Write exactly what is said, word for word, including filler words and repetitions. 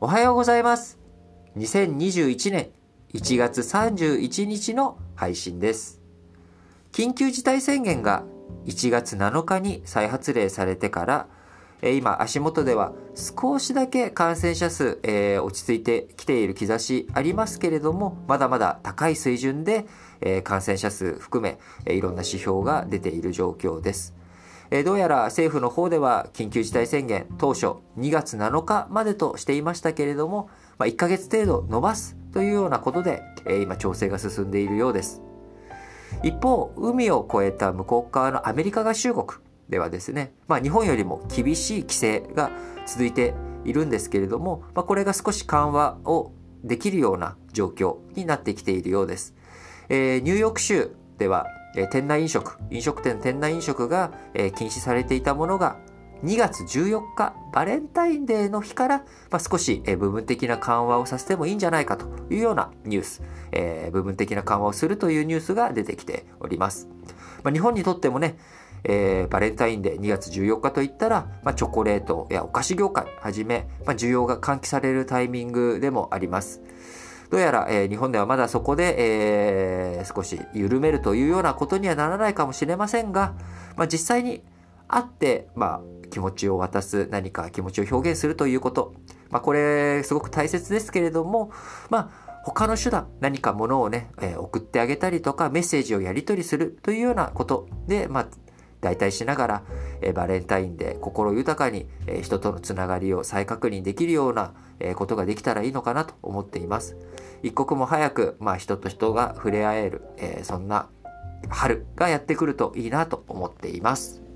はようございます。にせんにじゅういちねんいちがつさんじゅういちにちの配信です。緊急事態宣言がいちがつなのかに再発令されてから、今足元では少しだけ感染者数、えー、落ち着いてきている兆しありますけれども、まだまだ高い水準で、えー、感染者数含め、えー、いろんな指標が出ている状況です。えー、どうやら政府の方では緊急事態宣言当初にがつなのかまでとしていましたけれども、まあ、いっかげつ程度延ばすというようなことで、えー、今調整が進んでいるようです。一方、海を越えた向こう側のアメリカ合衆国ではですね、まあ、日本よりも厳しい規制が続いているんですけれども、まあ、これが少し緩和をできるような状況になってきているようです。えー、ニューヨーク州では、えー、店内飲食、飲食店店内飲食が、えー、禁止されていたものがにがつじゅうよっかバレンタインデーの日から、まあ、少し、えー、部分的な緩和をさせてもいいんじゃないかというようなニュース、えー、部分的な緩和をするというニュースが出てきております。まあ、日本にとってもね、えー、バレンタインデーにがつじゅうよっかといったら、まあ、チョコレートやお菓子業界はじめ、まあ、需要が喚起されるタイミングでもあります。どうやら、えー、日本ではまだそこで、えー、少し緩めるというようなことにはならないかもしれませんが、まあ、実際に会って、まあ、気持ちを渡す、何か気持ちを表現するということ、まあ、これすごく大切ですけれども、まあ他の手段、何か物をね、えー、送ってあげたりとかメッセージをやり取りするというようなことで、まあ代替しながら、えー、バレンタインで心豊かに、えー、人とのつながりを再確認できるような、えー、ことができたらいいのかなと思っています。一刻も早く、まあ、人と人が触れ合える、えー、そんな春がやってくるといいなと思っています。